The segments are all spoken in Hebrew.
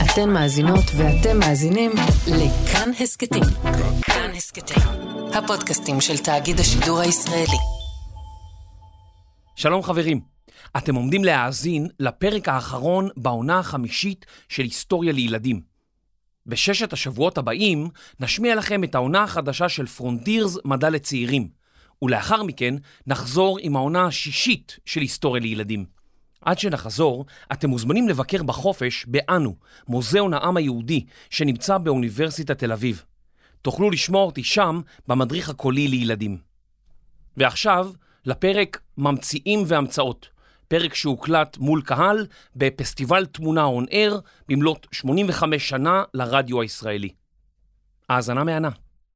אתן מאזינות ואתם מאזינים לכאן הסקטים. כאן הסקטים, הפודקאסטים של תאגיד השידור הישראלי. שלום חברים, אתם עומדים להאזין לפרק האחרון בעונה החמישית של היסטוריה לילדים. בששת השבועות הבאים נשמיע לכם את העונה החדשה של פרונטירס מדע לצעירים, ולאחר מכן נחזור עם העונה השישית של היסטוריה לילדים. עד שנחזור, אתם מוזמנים לבקר בחופש באנו, מוזיאון העם היהודי שנמצא באוניברסיטת תל אביב. תוכלו לשמוע אותי שם במדריך הקולי לילדים. ועכשיו לפרק ממציאים והמצאות, פרק שהוקלט מול קהל בפסטיבל תמונה און אר במלאת 85 שנה לרדיו הישראלי. האזנה מהנה.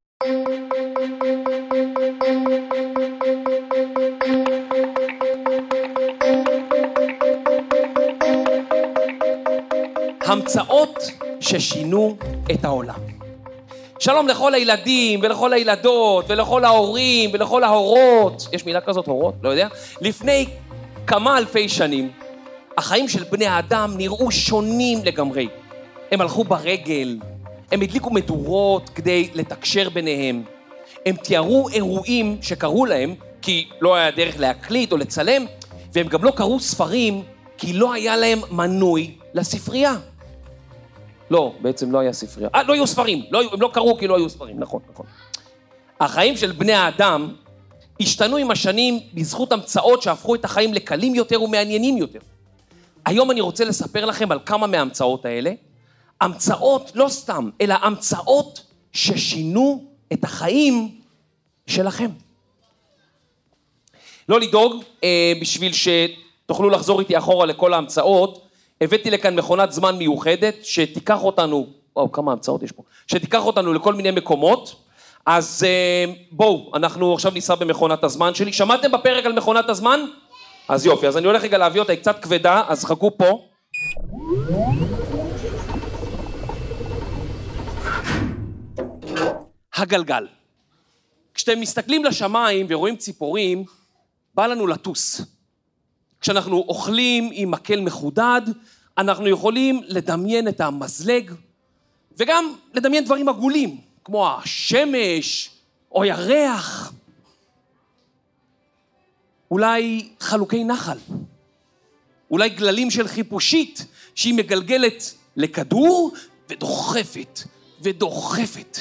המצאות ששינו את העולם. שלום לכל הילדים ולכל הילדות ולכל ההורים ולכל ההורות. יש מילה כזאת, הורות? לא יודע. לפני כמה אלפי שנים, החיים של בני האדם נראו שונים לגמרי. הם הלכו ברגל, הם הדליקו מדורות כדי לתקשר ביניהם. הם תיארו אירועים שקראו להם, כי לא היה דרך להקליט או לצלם, והם גם לא קראו ספרים, כי לא היה להם מנוי לספרייה. לא, בעצם לא היה ספרייה. לא היו ספרים, הם לא קראו כי לא היו ספרים, נכון. החיים של בני האדם השתנו עם השנים בזכות המצאות שהפכו את החיים לקלים יותר ומעניינים יותר. היום אני רוצה לספר לכם על כמה מההמצאות האלה, המצאות לא סתם, אלא המצאות ששינו את החיים שלכם. לא לדאוג, בשביל שתוכלו לחזור איתי אחורה לכל ההמצאות, הבאתי לכאן מכונת זמן מיוחדת שתיקח אותנו, כמה המצאות יש פה, שתיקח אותנו לכל מיני מקומות. אז בואו, אנחנו עכשיו ניסע במכונת הזמן שלי. שמעתם בפרק על מכונת הזמן? אז יופי, אז אני הולך רגע להביא אותה, היא קצת כבדה, אז חכו פה. הגלגל. כשאתם מסתכלים לשמיים ורואים ציפורים, בא לנו לטוס. כשאנחנו אוכלים עם מקל מחודד, אנחנו יכולים לדמיין את המזלג, וגם לדמיין דברים עגולים, כמו השמש או ירח. אולי חלוקי נחל. אולי גללים של חיפושית, שהיא מגלגלת לכדור ודוחפת ודוחפת.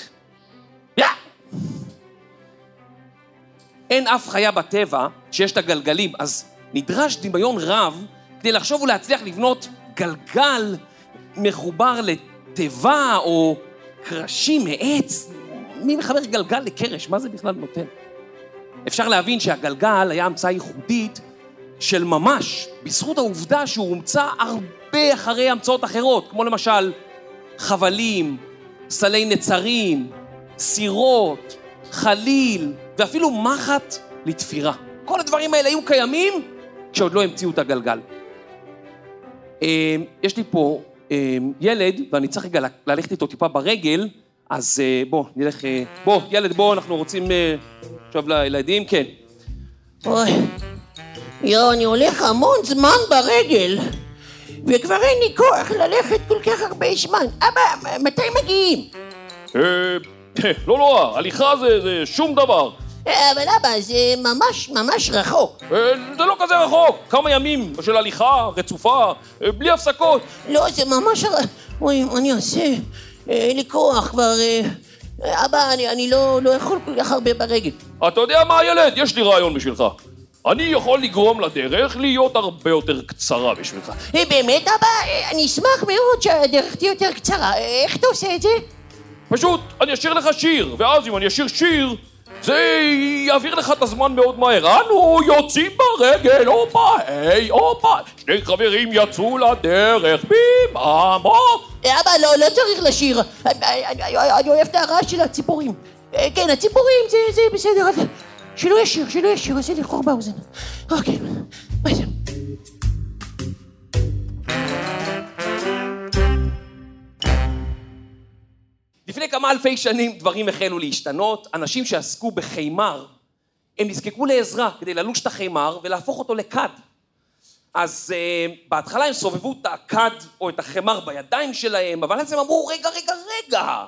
אין אף חיה בטבע שיש את הגלגלים, אז נדרש דמיון רב כדי לחשוב ולהצליח לבנות גלגל מחובר לתיבה או קרשים מעץ. מי מחבר גלגל לקרש? מה זה בכלל נותן? אפשר להבין שהגלגל היה המצאה ייחודית של ממש, בזכות העובדה שהוא הומצא הרבה אחרי המצאות אחרות, כמו למשל חבלים, סלי נצרים, סירות, חליל, ואפילו מחט לתפירה. כל הדברים האלה היו קיימים כשעוד לא המציאו את הגלגל. יש לי פה ילד, ואני צריך רגע ללכת איתו טיפה ברגל, אז בוא, נלך, ילד, אנחנו רוצים עכשיו לילדים, כן. אוי, אני הולך המון זמן ברגל, וכבר אין לי כוח ללכת כל כך הרבה זמן. אבא, מתי מגיעים? לא, הליכה זה שום דבר. אבל אבא, זה ממש רחוק. זה לא כזה רחוק, כמה ימים של הליכה רצופה, בלי הפסקות. לא, זה ממש... אוי, אני אעשה? אין לי כוח כבר... אבא, אני לא יכול כל כך הרבה ברגל. אתה יודע מה, ילד? יש לי רעיון בשבילך. אני יכול לגרום לדרך להיות הרבה יותר קצרה בשבילך. באמת, אבא? אני אשמח מאוד שהדרך תהיה יותר קצרה. איך אתה עושה את זה? פשוט, אני אשאיר לך שיר, ואז אם אני אשאיר שיר, זה יעביר לך את הזמן מאוד מהר. אנו יוצאים ברגל, הופה, שני חברים יצאו לדרך, במעמוק. אבא, לא צריך לשיר. אני אוהב את הרעש של הציפורים. כן, הציפורים זה בסדר. שלא ישיר, עושה לי חור באוזן. אוקיי, מה זה? לפני כמה אלפי שנים דברים החלו להשתנות. אנשים שעסקו בחימר, הם נזקקו לעזרה כדי ללוש את החימר ולהפוך אותו לכד. אז בהתחלה הם סובבו את הכד או את החמר בידיים שלהם, אבל אז הם אמרו, רגע.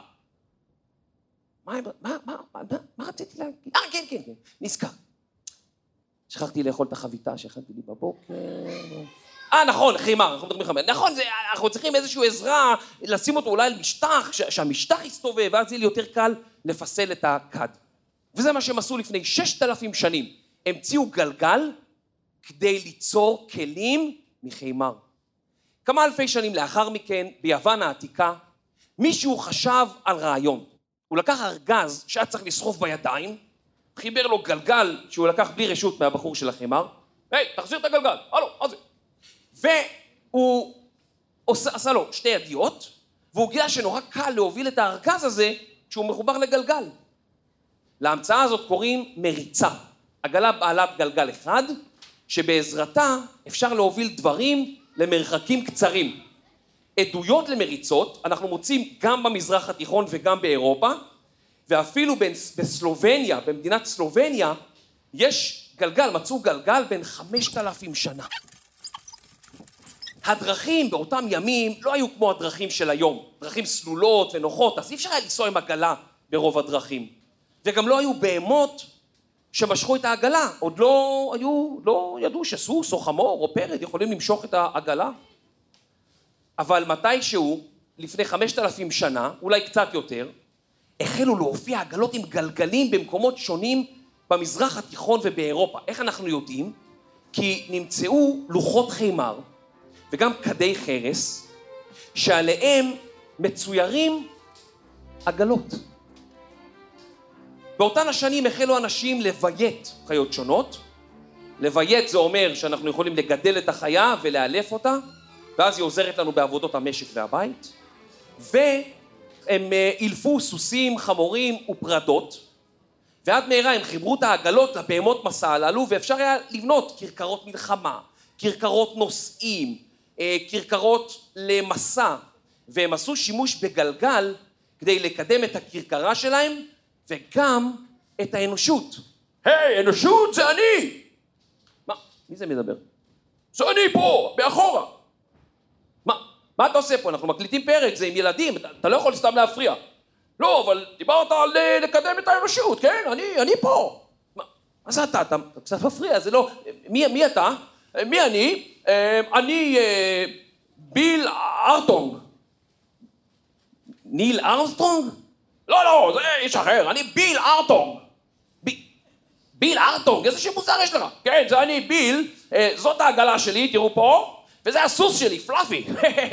מה רציתי להגיד? כן, נזכר. שכחתי לאכול את החביתה שהכנתי לי בבוקר. נכון, חמר, אנחנו מדברים חמר. נכון, אנחנו צריכים איזושהי עזרה, לשים אותו אולי על משטח, שהמשטח יסתובב, ואז יהיה לי יותר קל לפסל את הכד. וזה מה שהם עשו לפני 6,000 שנים. המציאו גלגל כדי ליצור כלים מחמר. כמה אלפי שנים לאחר מכן, ביוון העתיקה, מישהו חשב על רעיון. הוא לקח ארגז שהיה צריך לסחוב בידיים, חיבר לו גלגל שהוא לקח בלי רשות מהבחור של החמר, היי, תחזיר את הגלגל, הלו, מה זה? והוא עשה לו 2 ידיות, והוא גילה שנורא קל להוביל את הארגז הזה כשהוא מחובר לגלגל. להמצאה הזאת קוראים מריצה. עגלה בעלת גלגל אחד, שבעזרתה אפשר להוביל דברים למרחקים קצרים. עדויות למריצות אנחנו מוצאים גם במזרח התיכון וגם באירופה, ואפילו בסלובניה, במדינת סלובניה, יש גלגל, מצאו גלגל בין 5,000 שנה. הדרכים באותם ימים לא היו כמו הדרכים של היום, דרכים סלולות ונוחות, אז אי אפשר היה לנסוע עם עגלה ברוב הדרכים. וגם לא היו בהמות שמשכו את העגלה, עוד לא ידעו שסוס או חמור או פרד יכולים למשוך את העגלה. אבל מתישהו, לפני 5,000 שנה, אולי קצת יותר, החלו להופיע עגלות עם גלגלים במקומות שונים במזרח התיכון ובאירופה. איך אנחנו יודעים? כי נמצאו לוחות חמר וגם כדי חרס, שעליהם מצוירים עגלות. באותן השנים החלו אנשים לביית חיות שונות. לביית זה אומר שאנחנו יכולים לגדל את החיה ולאלף אותה, ואז היא עוזרת לנו בעבודות המשק והבית. והם אילפו סוסים, חמורים ופרדות, ועד מהרה הם חיברו את העגלות לבהמות מסע הללו, ואפשר היה לבנות כרכרות מלחמה, כרכרות נוסעים, כרכרות למסע, והם עשו שימוש בגלגל כדי לקדם את הכרכרה שלהם, וגם את האנושות. היי, אנושות זה אני! מה? מי זה מדבר? זה אני פה, מאחורה. מה אתה עושה פה? אנחנו מקליטים פרק, זה עם ילדים, אתה לא יכול סתם להפריע. לא, אבל דיברת על לקדם את האנושות, כן? אני פה. מה זה אתה קצת מפריע, זה לא... מי אתה? מי אני? אני ביל ארטונג. ניל ארמסטרונג? לא, זה איש אחר, אני ביל ארטונג. ביל ארטונג, איזה שם מוזר יש לך? כן, זה אני ביל, זאת העגלה שלי, תראו פה, וזה הסוס שלי, פלאפי.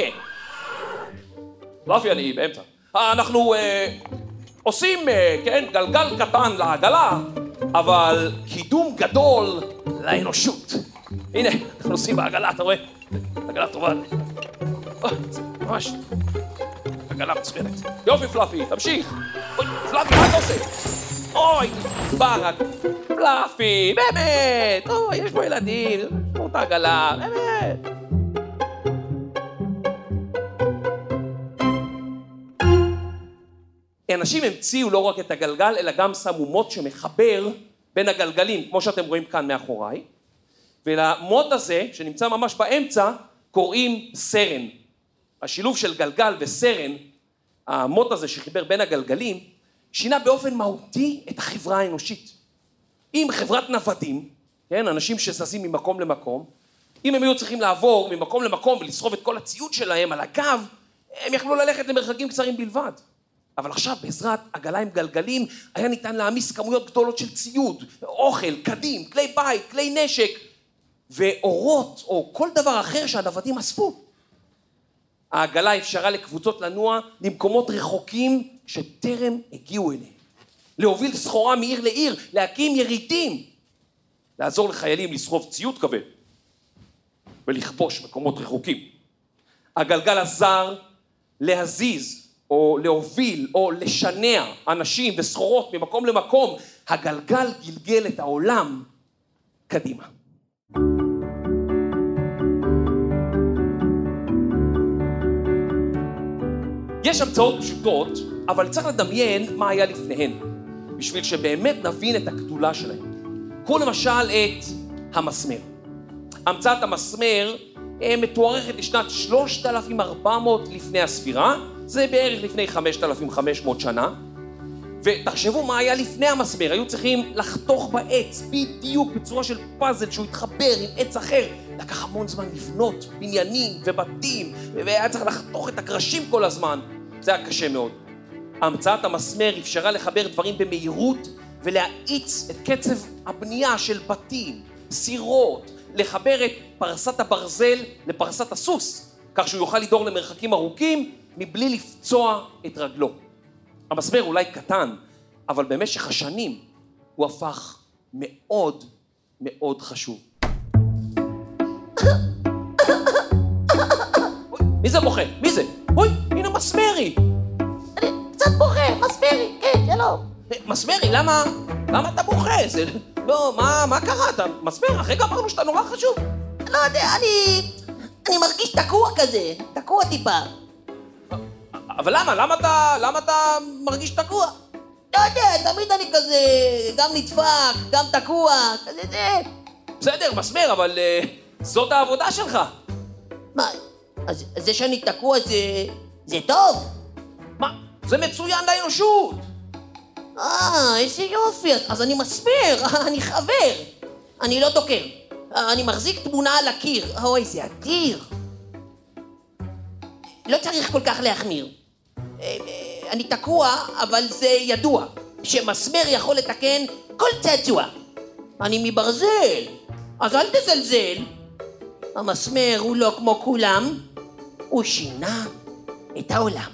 פלאפי אני באמצע. אנחנו עושים, כן, גלגל קטן לעגלה, אבל קידום גדול לאנושות. הנה, אנחנו עושים בעגלה, אתה רואה? עגלה טובה. ממש. עגלה מצוינת. יופי פלאפי, תמשיך. אוי, פלאפי, מה אתה עושה? אוי, ברק. פלאפי, באמת. אוי, יש פה ילדים, יש פה את העגלה, באמת. אנשים המציאו לא רק את הגלגל, אלא גם שמו מוט שמחבר בין הגלגלים, כמו שאתם רואים כאן מאחוריי. ולמוט הזה, שנמצא ממש באמצע, קוראים סרן. השילוב של גלגל וסרן, המוט הזה שחיבר בין הגלגלים, שינה באופן מהותי את החברה האנושית. אם חברת נוודים, כן, אנשים שזזים ממקום למקום, אם הם היו צריכים לעבור ממקום למקום ולסחוב את כל הציוד שלהם על הגב, הם יכלו ללכת למרחקים קצרים בלבד. אבל עכשיו, בעזרת עגלה עם גלגלים, היה ניתן להעמיס כמויות גדולות של ציוד, אוכל, קדים, כלי בית, כלי נשק, ואורות, או כל דבר אחר שהנוודים אספו. העגלה אפשרה לקבוצות לנוע למקומות רחוקים שטרם הגיעו אליהם. להוביל סחורה מעיר לעיר, להקים ירידים, לעזור לחיילים לסחוב ציוד כבד, ולכבוש מקומות רחוקים. הגלגל עזר להזיז, או להוביל, או לשנע אנשים וסחורות ממקום למקום. הגלגל גלגל את העולם קדימה. יש המצאות פשוטות, אבל צריך לדמיין מה היה לפניהן, בשביל שבאמת נבין את הגדולה שלהם. קחו למשל את המסמר. המצאת המסמר מתוארכת לשנת 3,400 לפני הספירה, זה בערך לפני 5,500 שנה. ותחשבו מה היה לפני המסמר, היו צריכים לחתוך בעץ בדיוק בצורה של פאזל שהוא התחבר עם עץ אחר. לקח המון זמן לבנות בניינים ובתים, והיה צריך לחתוך את הקרשים כל הזמן. זה היה קשה מאוד. המצאת המסמר אפשרה לחבר דברים במהירות ולהאיץ את קצב הבנייה של בתים, סירות, לחבר את פרסת הברזל לפרסת הסוס, כך שהוא יוכל לדור למרחקים ארוכים מבלי לפצוע את רגלו. המסמר אולי קטן, אבל במשך השנים הוא הפך מאוד מאוד חשוב. מי זה בוכה? מי זה? אוי, הנה מסמרי. אני קצת בוכה, מסמרי, כן, שלום. מסמרי, למה אתה בוכה? זה... לא, מה קרה? אתה מסמר, אחרי אמרנו שאתה נורא חשוב. לא יודע, אני מרגיש תקוע כזה, תקוע טיפה. אבל למה אתה מרגיש תקוע? לא יודע, תמיד אני כזה, גם נדפק, גם תקוע, כזה זה. בסדר, מסמר, אבל זאת העבודה שלך. מה, אז זה שאני תקוע זה טוב? מה? זה מצוין לאנושות. איזה יופי, אז אני מסמר, אני חבר. אני לא דוקר, אני מחזיק תמונה על הקיר. אוי, זה אדיר. לא צריך כל כך להחמיר. אני תקוע, אבל זה ידוע, שמסמר יכול לתקן כל צעצוע. אני מברזל, אז אל תזלזל. המסמר הוא לא כמו כולם, הוא שינה את העולם.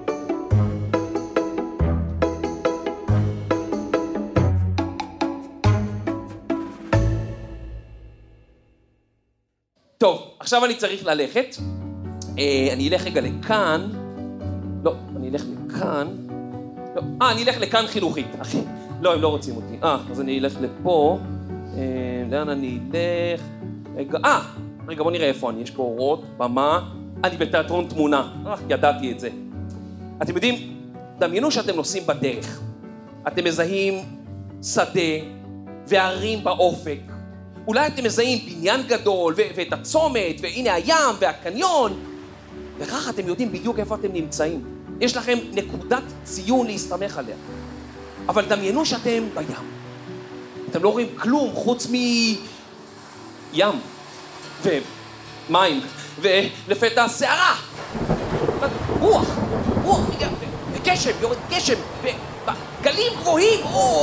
טוב, עכשיו אני צריך ללכת. אני אלך רגע לכאן. לא, אני אלך לכאן. לא, אני אלך לכאן חינוכית, אחי. לא, הם לא רוצים אותי. אז אני אלך לפה. לאן אני אלך? רגע, בוא נראה איפה אני. יש פה אורות, במה. אני בתיאטרון תמונה. ידעתי את זה. אתם יודעים, דמיינו שאתם נוסעים בדרך. אתם מזהים שדה וערים באופק. אולי אתם מזהים בניין גדול ואת הצומת, והנה הים והקניון. וכך אתם יודעים בדיוק איפה אתם נמצאים. יש לכם נקודת ציון להסתמך עליה. אבל דמיינו שאתם בים. אתם לא רואים כלום חוץ ים ומים ולפתע שערה. רוח, וגשם, יורד גשם, וגלים גבוהים.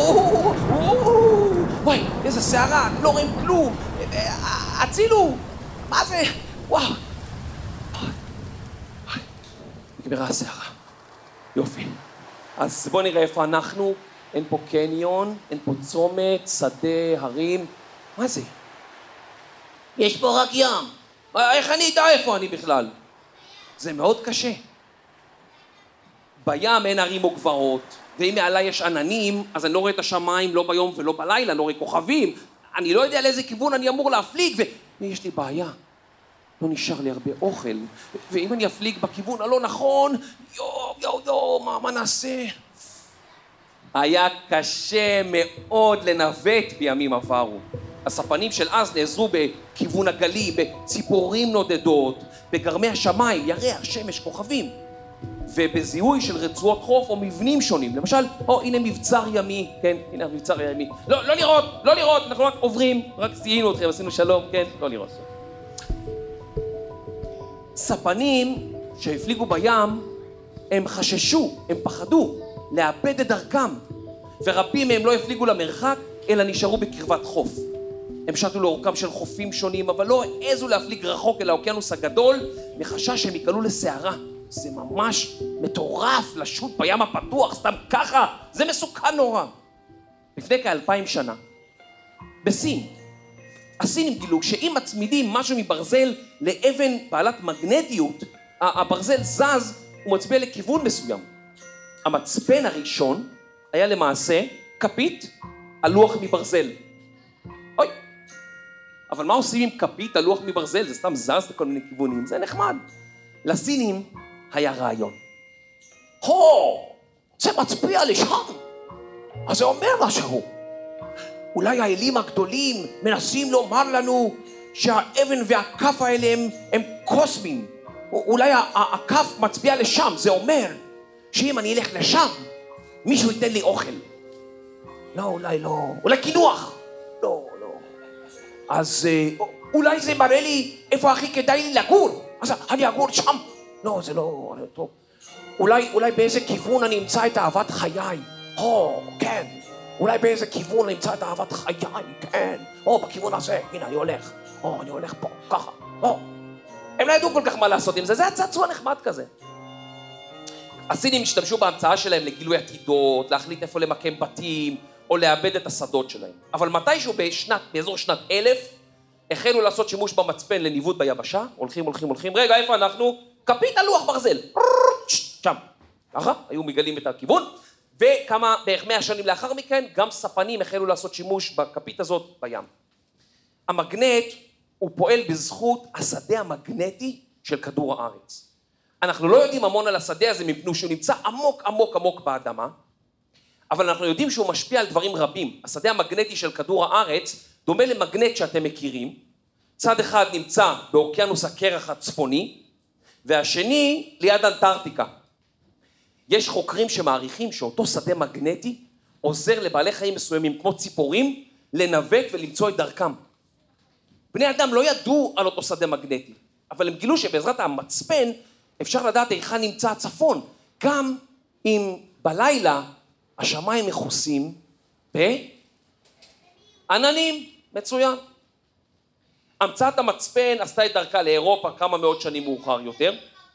וואי, איזה שערה, לא רואים כלום. הצילו, מה זה? וואו. נגמרה השערה. יופי. אז בואו נראה איפה אנחנו. אין פה קניון, אין פה צומת, שדה, הרים. מה זה? יש פה רק ים. איך אני אדע איפה אני בכלל? זה מאוד קשה. בים אין הרים או גבעות, ואם מעלי יש עננים, אז אני לא רואה את השמיים לא ביום ולא בלילה, לא רואה כוכבים. אני לא יודע לאיזה כיוון אני אמור להפליג, ויש לי בעיה. לא נשאר לי הרבה אוכל, ואם אני אפליג בכיוון הלא נכון, מה נעשה? היה קשה מאוד לנווט בימים עברו. הספנים של אז נעזרו בכיוון הגלים, בציפורים נודדות, בגרמי השמיים, ירח, שמש, כוכבים, ובזיהוי של רצועות חוף או מבנים שונים. למשל, הנה מבצר ימי, כן, הנה המבצר הימי. לא לראות, אנחנו רק עוברים, רק זיהינו אתכם, עשינו שלום, כן, לא לראות. ספנים שהפליגו בים, הם חששו, הם פחדו לאבד את דרכם, ורבים מהם לא הפליגו למרחק, אלא נשארו בקרבת חוף. הם שטו לאורכם של חופים שונים, אבל לא העזו להפליג רחוק אל האוקיינוס הגדול, מחשש שהם יקלעו לסערה. זה ממש מטורף לשוט בים הפתוח, סתם ככה, זה מסוכן נורא. לפני כ2000 שנה, בסין, הסינים גילו שאם מצמידים משהו מברזל לאבן בעלת מגנטיות, הברזל זז ומצביע לכיוון מסוים. המצפן הראשון היה למעשה כפית על לוח מברזל. אוי, אבל מה עושים עם כפית על לוח מברזל? זה סתם זז לכל מיני כיוונים, זה נחמד. לסינים היה רעיון. זה מצביע לשם. אז זה אומר משהו. אולי האלים הגדולים מנסים לומר לנו שהאבן והכף האלה הם קוסמיים. אולי הכף מצביע לשם, זה אומר שאם אני אלך לשם, מישהו ייתן לי אוכל. לא, אולי לא. אולי קינוח. לא. אז אולי זה מראה לי איפה הכי כדאי לי לגור. אז אני אגור שם. לא, זה לא טוב. אולי באיזה כיוון אני אמצא את אהבת חיי. כן. אולי באיזה כיוון אני אמצא את אהבת חיי. כן. בכיוון הזה. הנה, אני הולך. אני הולך פה. ככה. הם לא ידעו כל כך מה לעשות עם זה. זה הצעצוע נחמד כזה. הסינים השתמשו בהמצאה שלהם לגילוי עתידות, להחליט איפה למקם בתים, או לאבד את השדות שלהם. אבל מתישהו באזור שנת 1000, החלו לעשות שימוש במצפן לניווט ביבשה, הולכים. רגע, איפה אנחנו? כפית על לוח ברזל. שם. ככה, היו מגלים את הכיוון, וכמה, בערך 100 שנים לאחר מכן, גם ספנים החלו לעשות שימוש בכפית הזאת בים. המגנט הוא פועל בזכות השדה המגנטי של כדור הארץ. אנחנו לא יודעים המון על השדה הזה מפני שהוא נמצא עמוק באדמה, אבל אנחנו יודעים שהוא משפיע על דברים רבים. השדה המגנטי של כדור הארץ דומה למגנט שאתם מכירים. צד אחד נמצא באוקיינוס הקרח הצפוני, והשני ליד אנטארקטיקה. יש חוקרים שמעריכים שאותו שדה מגנטי עוזר לבעלי חיים מסוימים, כמו ציפורים, לנווט ולמצוא את דרכם. בני אדם לא ידעו על אותו שדה מגנטי, אבל הם גילו שבעזרת המצפן אפשר לדעת היכן נמצא הצפון, גם אם בלילה השמיים מכוסים בעננים. מצוין. המצאת המצפן עשתה את דרכה לאירופה כמה מאות שנים מאוחר יותר,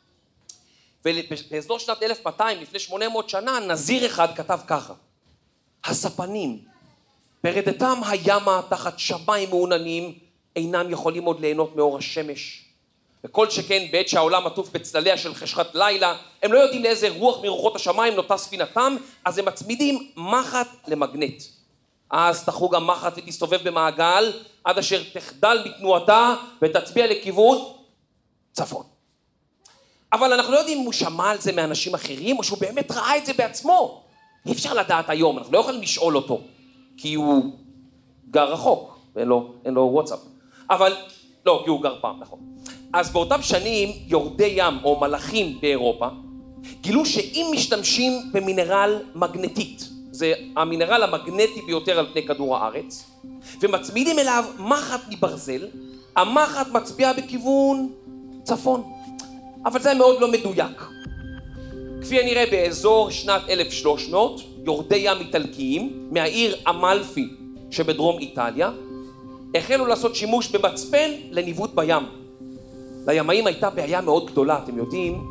ובאזור שנת 1200, לפני 800 שנה, נזיר אחד כתב ככה: הספנים, ברדתם הימה תחת שמיים מעוננים, אינם יכולים עוד ליהנות מאור השמש. וכל שכן בעת שהעולם עטוף בצלליה של חשכת לילה, הם לא יודעים לאיזה רוח מרוחות השמיים נוטה ספינתם, אז הם מצמידים מחט למגנט. אז תחו גם מחט ותסתובב במעגל, עד אשר תחדל בתנועתה ותצביע לכיוון צפון. אבל אנחנו לא יודעים אם הוא שמע על זה מאנשים אחרים, או שהוא באמת ראה את זה בעצמו. אי אפשר לדעת היום, אנחנו לא יכולים לשאול אותו, כי הוא גר רחוק, ואין לו וואטסאפ. אבל, לא, כי הוא גר פעם, נכון. אז באותם שנים, יורדי ים או מלאכים באירופה, גילו שאם משתמשים במינרל מגנטית, זה המינרל המגנטי ביותר על פני כדור הארץ, ומצמידים אליו מחט מברזל, המחט מצביעה בכיוון צפון. אבל זה מאוד לא מדויק. כפי הנראה באזור שנת 1300, יורדי ים איטלקיים מהעיר אמלפי שבדרום איטליה, החלו לעשות שימוש במצפן לניווט בים. לימאים הייתה בעיה מאוד גדולה. אתם יודעים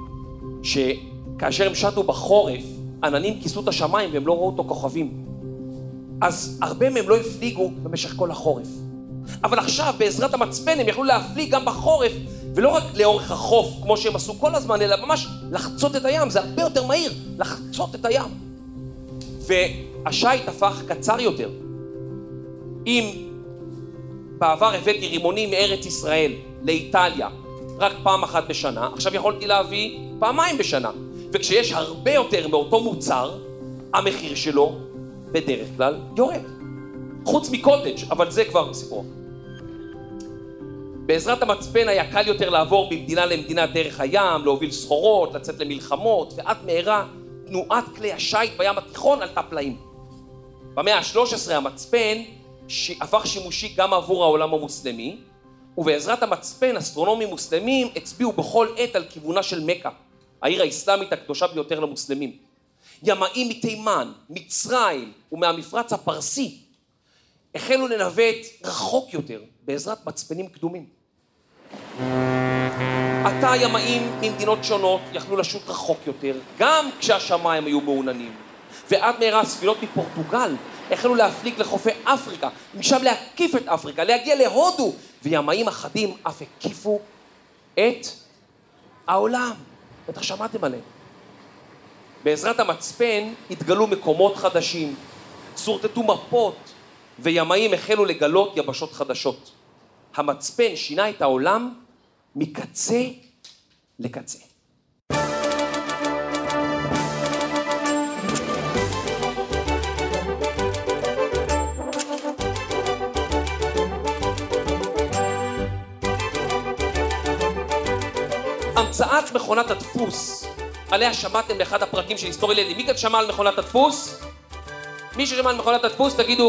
שכאשר הם שטו בחורף, עננים כיסו את השמיים והם לא ראו אותו כוכבים. אז הרבה מהם לא הפליגו במשך כל החורף. אבל עכשיו בעזרת המצפן הם יכלו להפליג גם בחורף, ולא רק לאורך החוף כמו שהם עשו כל הזמן, אלא ממש לחצות את הים. זה הרבה יותר מהיר לחצות את הים. והשייט הפך קצר יותר. אם בעבר הבאתי רימונים מארץ ישראל לאיטליה רק פעם אחת בשנה, עכשיו יכולתי להביא פעמיים בשנה. וכשיש הרבה יותר מאותו מוצר, המחיר שלו בדרך כלל יורד. חוץ מקוטג', אבל זה כבר סיפור. בעזרת המצפן היה קל יותר לעבור ממדינה למדינה דרך הים, להוביל סחורות, לצאת למלחמות, ועד מהרה תנועת כלי השייט בים התיכון עלתה פלאים. במאה ה-13 המצפן הפך שימושי גם עבור העולם המוסלמי, ובעזרת המצפן אסטרונומים מוסלמים הצביעו בכל עת על כיוונה של מקה, העיר האסלאמית הקדושה ביותר למוסלמים. ימאים מתימן, מצרים ומהמפרץ הפרסי החלו לנווט רחוק יותר בעזרת מצפנים קדומים. עתה ימאים ממדינות שונות יכלו לשוט רחוק יותר, גם כשהשמיים היו מעוננים. ועד מהרה ספינות מפורטוגל החלו להפליג לחופי אפריקה, משם להקיף את אפריקה, להגיע להודו, וימאים אחדים אף הקיפו את העולם. בטח שמעתם עליהם. בעזרת המצפן התגלו מקומות חדשים, סורטטו מפות, וימאים החלו לגלות יבשות חדשות. המצפן שינה את העולם מקצה לקצה. המצאת מכונת הדפוס, עליה שמעתם באחד הפרקים של היסטוריה לילדים. מי כאן שמע על מכונת הדפוס? מי ששמע על מכונת הדפוס, תגידו,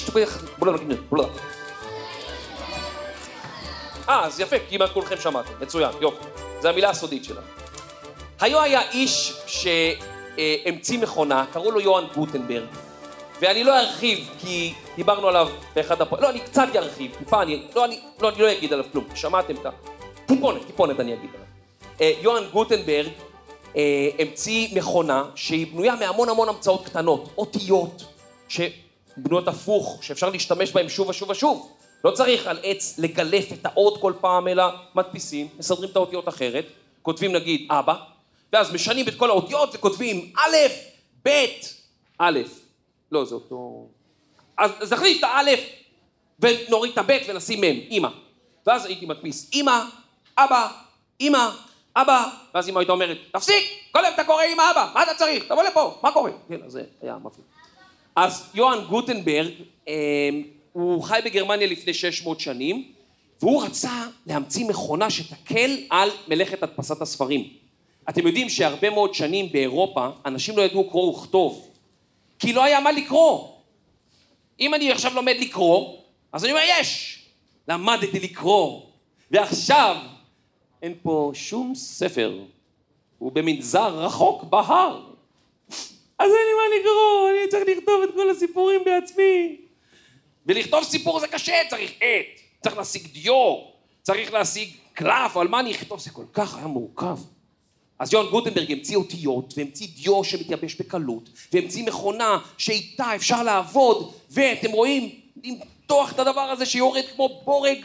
אז יפה, כמעט כולכם שמעתם, מצוין, יופי. זו המילה הסודית שלה. היה איש שהמציא מכונה, קראו לו יוהאן גוטנברג, ואני לא ארחיב, כי דיברנו עליו באחד הפרקים, לא, אני קצת ארחיב, טיפה, אני לא אגיד עליו כלום, שמעתם את טיפונת אני אגיד עליו. יוהאן גוטנברג המציא מכונה שהיא בנויה מהמון המון המצאות קטנות, אותיות שבנויות הפוך, שאפשר להשתמש בהן שוב ושוב ושוב. לא צריך על עץ לגלף את האות כל פעם, אלא מדפיסים, מסדרים את האותיות אחרת, כותבים נגיד אבא, ואז משנים את כל האותיות וכותבים א', ב', א', לא זה אותו... אז נחליף את האלף ונוריד את הב' ונשים מ', אמא. ואז הייתי מדפיס אמא, אבא, אמא, אבא, ואז אמא הייתה אומרת, תפסיק, כל יום אתה קורא אמא, אבא, מה אתה צריך? תבוא לפה, מה קורה? כן, אז זה היה מפחיד. אז יוהאן גוטנברג, הוא חי בגרמניה לפני 600 שנים, והוא רצה להמציא מכונה שתקל על מלאכת הדפסת הספרים. אתם יודעים שהרבה מאוד שנים באירופה, אנשים לא ידעו קרוא וכתוב, כי לא היה מה לקרוא. אם אני עכשיו לומד לקרוא, אז אני אומר, למדתי לקרוא, ועכשיו אין פה שום ספר, הוא במנזר רחוק בהר. אז אין לי מה לקרוא, אני צריך לכתוב את כל הסיפורים בעצמי. ולכתוב סיפור זה קשה, צריך עט, צריך להשיג דיו, צריך להשיג קלף, אבל מה אני אכתוב? זה כל כך היה מורכב. אז יוהאן גוטנברג המציא אותיות, והמציא דיו שמתייבש בקלות, והמציא מכונה שאיתה אפשר לעבוד, ואתם רואים, למתוח את הדבר הזה שיורד כמו בורג,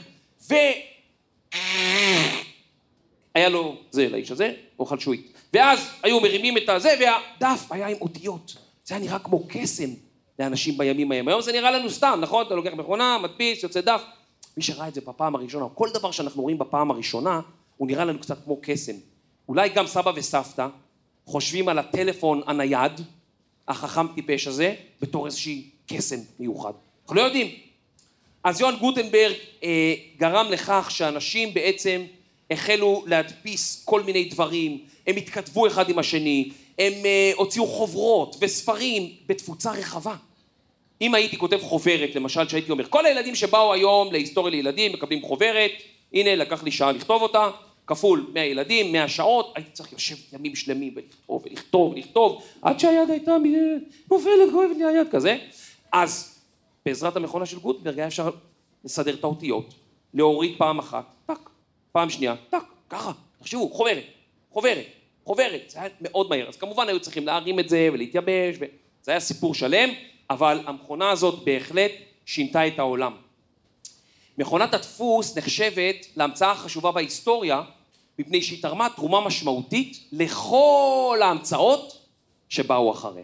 היה לו זה לאיש הזה, אוכל שועית. ואז היו מרימים את הזה, והדף היה עם אותיות. זה היה נראה כמו קסם לאנשים בימים ההם. היום זה נראה לנו סתם, נכון? אתה לוקח מכונה, מדפיס, יוצא דף. מי שראה את זה בפעם הראשונה, כל דבר שאנחנו רואים בפעם הראשונה, הוא נראה לנו קצת כמו קסם. אולי גם סבא וסבתא חושבים על הטלפון הנייד, החכם טיפש הזה, בתור איזושהי קסם מיוחד. אנחנו לא יודעים. אז יוהאן גוטנברג גרם לכך שאנשים בעצם החלו להדפיס כל מיני דברים, הם התכתבו אחד עם השני, הם הוציאו חוברות וספרים בתפוצה רחבה. אם הייתי כותב חוברת, למשל, שהייתי אומר, כל הילדים שבאו היום להיסטוריה לילדים מקבלים חוברת, הנה, לקח לי שעה לכתוב אותה, כפול 100 ילדים, 100 שעות, הייתי צריך לשבת ימים שלמים ולכתוב, עד שהיד הייתה נופלת, כואבת לי היד כזה. אז בעזרת המכונה של גוטנברג היה אפשר לסדר את האותיות, להוריד פעם אחת, טק, פעם שנייה, טק, ככה, תחשבו, חוברת, זה היה מאוד מהר. אז כמובן היו צריכים להרים את זה ולהתייבש, זה היה סיפור שלם, אבל המכונה הזאת בהחלט שינתה את העולם. מכונת הדפוס נחשבת להמצאה החשובה בהיסטוריה, מפני שהיא תרמה תרומה משמעותית לכל ההמצאות שבאו אחריה.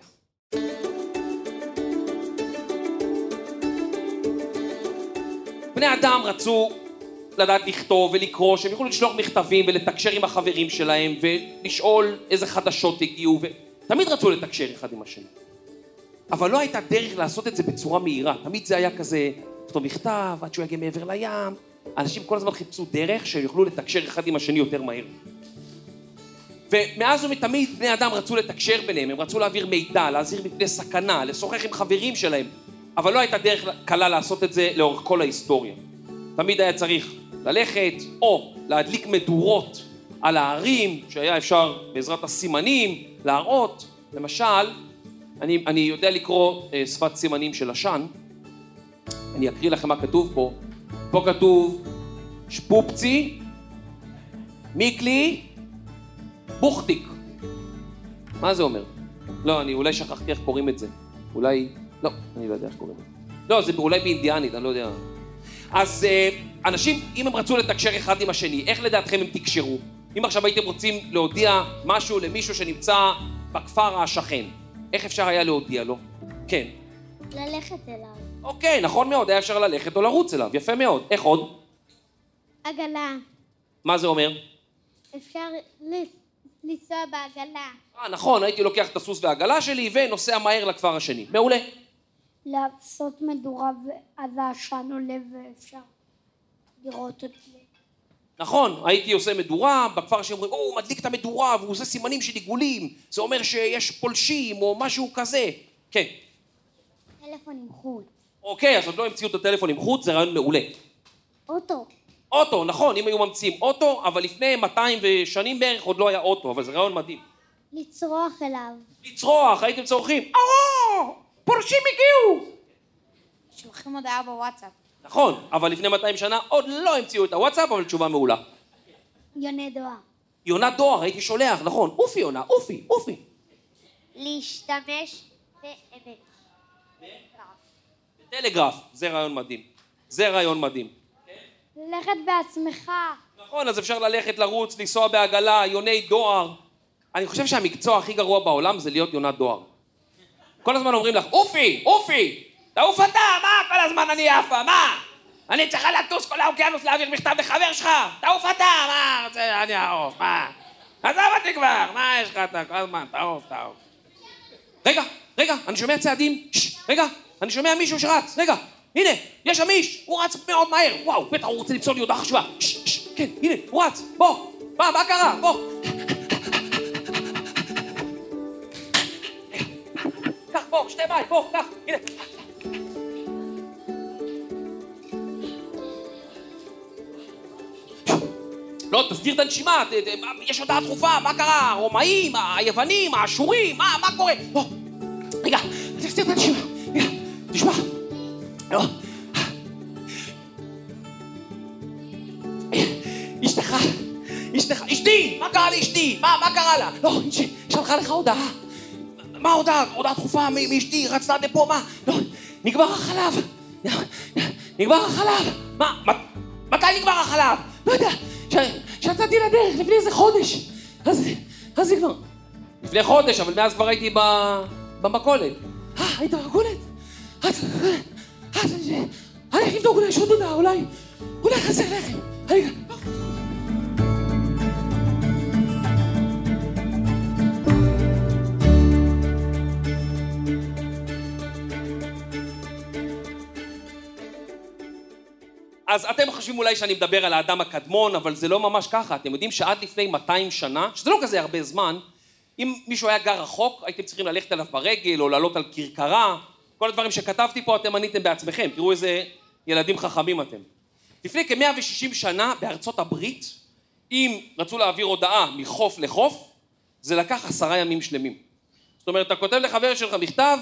בני אדם רצו לדעת לכתוב ולקרוא, שהם יכולו לשלוח מכתבים ולתקשר עם החברים שלהם, ולשאול איזה חדשות הגיעו, ותמיד רצו לתקשר אחד עם השני. אבל לא הייתה דרך לעשות את זה בצורה מהירה, תמיד זה היה כזה, כתוב מכתב, עד שהוא יגיע מעבר לים, אנשים כל הזמן חיפשו דרך שהם יוכלו לתקשר אחד עם השני יותר מהר. ומאז ומתמיד בני אדם רצו לתקשר ביניהם, הם רצו להעביר מידע, להזהיר מפני סכנה, לשוחח עם חברים שלהם, אבל לא הייתה דרך קלה לעשות את זה לאורך כל ההיסטוריה. תמיד היה צריך ללכת או להדליק מדורות על הערים, שהיה אפשר בעזרת הסימנים להראות. למשל, אני יודע לקרוא שפת סימנים של לשן, אני אקריא לכם מה כתוב פה. פה כתוב שפופצי, מיקלי, בוכטיק. מה זה אומר? לא, אני אולי שכחתי איך קוראים את זה. אולי, לא, אני לא יודע איך קוראים את זה. לא, זה אולי באינדיאנית, אני לא יודע. אז אנשים, אם הם רצו לתקשר אחד עם השני, איך לדעתכם הם תקשרו? אם עכשיו הייתם רוצים להודיע משהו למישהו שנמצא בכפר השכן, איך אפשר היה להודיע לו? כן. ללכת אליו. אוקיי, נכון מאוד, היה אפשר ללכת או לרוץ אליו, יפה מאוד. איך עוד? עגלה. מה זה אומר? אפשר לנסוע בעגלה. נכון, הייתי לוקח את הסוס והעגלה שלי ונוסע מהר לכפר השני. מעולה. לעשות מדורה ואז העשן עולה ואפשר לראות את זה. נכון, הייתי עושה מדורה, בכפר שאומרים, הוא מדליק את המדורה והוא עושה סימנים של עיגולים, זה אומר שיש פולשים או משהו כזה. כן. טלפון עם חוט. אוקיי, אז עוד לא המציאו את הטלפון עם חוט, זה רעיון מעולה. אוטו. אוטו, נכון, אם היו ממציאים אוטו, אבל לפני 200 שנים בערך עוד לא היה אוטו, אבל זה רעיון מדהים. לצרוח אליו. לצרוח, הייתם צורכים, פולשים הגיעו! שולחים הודעה בוואטסאפ. נכון, אבל לפני 200 שנה עוד לא המציאו את הוואטסאפ, אבל תשובה מעולה. יוני דואר. יונת דואר, הייתי שולח, נכון, אופי יונה, אופי. להשתמש באמת. טלגרף, זה רעיון מדהים. ללכת בעצמך. נכון, אז אפשר ללכת, לרוץ, לנסוע בעגלה, יוני דואר. אני חושב שהמקצוע הכי גרוע בעולם זה להיות יונת דואר. כל הזמן אומרים לך, אופי, תעוף אתה, מה? כל הזמן אני עפה, מה? אני צריכה לטוס כל האוקיינוס להעביר מכתב לחבר שלך, תעוף אתה, מה? אני אעוף, מה? עזוב אותי כבר, מה יש לך אתה? כל הזמן, תעוף. רגע, אני שומע צעדים, רגע, אני שומע מישהו שרץ, רגע, הנה, יש שם איש, הוא רץ מאוד מהר, וואו, בטח הוא רוצה לפסול לי הודעה חשובה, כן, הנה, הוא רץ, בוא, מה קרה, בוא. קח, בוא, שתי בית, בוא, קח, הנה. לא, תסגיר את הנשימה, יש הודעה דחופה, מה קרה? הרומאים, היוונים, האשורים, מה קורה? בוא, רגע, תסגיר את הנשימה, תשמע. לא. אשתי, מה קרה לאשתי? מה קרה לה? לא, שלחה לך הודעה. מה הודעה? הודעה דחופה מאשתי, רצתה עד לפה, מה? לא, נגמר החלב. מה? מתי נגמר החלב? לא יודע, שיצאתי לדרך לפני איזה חודש. אז נגמר. לפני חודש, אבל מאז כבר הייתי במכולת. היית במכולת? אני הולך לבדוק, אולי יש עוד הודעה, אולי חסר לחם. רגע. אז אתם חושבים אולי שאני מדבר על האדם הקדמון, אבל זה לא ממש ככה. אתם יודעים שעד לפני 200 שנה, שזה לא כזה הרבה זמן, אם מישהו היה גר רחוק, הייתם צריכים ללכת אליו ברגל או לעלות על כרכרה. כל הדברים שכתבתי פה אתם עניתם בעצמכם. תראו איזה ילדים חכמים אתם. לפני כ-160 שנה בארצות הברית, אם רצו להעביר הודעה מחוף לחוף, זה לקח 10 ימים שלמים. זאת אומרת, אתה כותב לחבר שלך מכתב,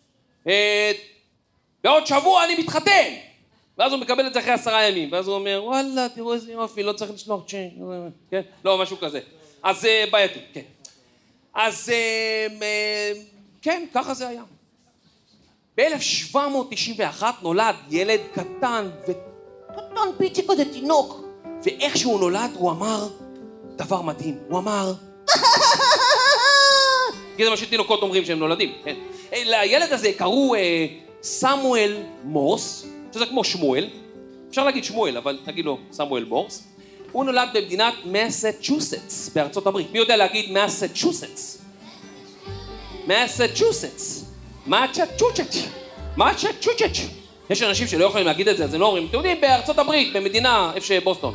בעוד שבוע אני מתחתן. ואז הוא מקבל את זה אחרי 10 ימים. ואז הוא אומר, וואלה, תראו איזה יופי, לא צריך לשלוח צ'יינג. כן? לא, משהו כזה. אז בעייתי, כן. אז כן, ככה זה היה. ב-1791 נולד ילד קטן קטן פיצי כזה, תינוק. ואיך שהוא נולד, הוא אמר דבר מדהים. הוא אמר... כי זה מה שתינוקות אומרים שהם נולדים, כן. לילד הזה קראו סמואל מורס, שזה כמו שמואל. אפשר להגיד שמואל, אבל תגיד לו סמואל מורס. הוא נולד במדינת מסצ'וסטס, בארצות הברית. מי יודע להגיד מסצ'וסטס? מסצ'וסטס. מסצ'וסטס. יש אנשים שלא יכולים להגיד את זה, אז הם לא אומרים, אתם יודעים, בארצות הברית, במדינה, איפה שבוסטון.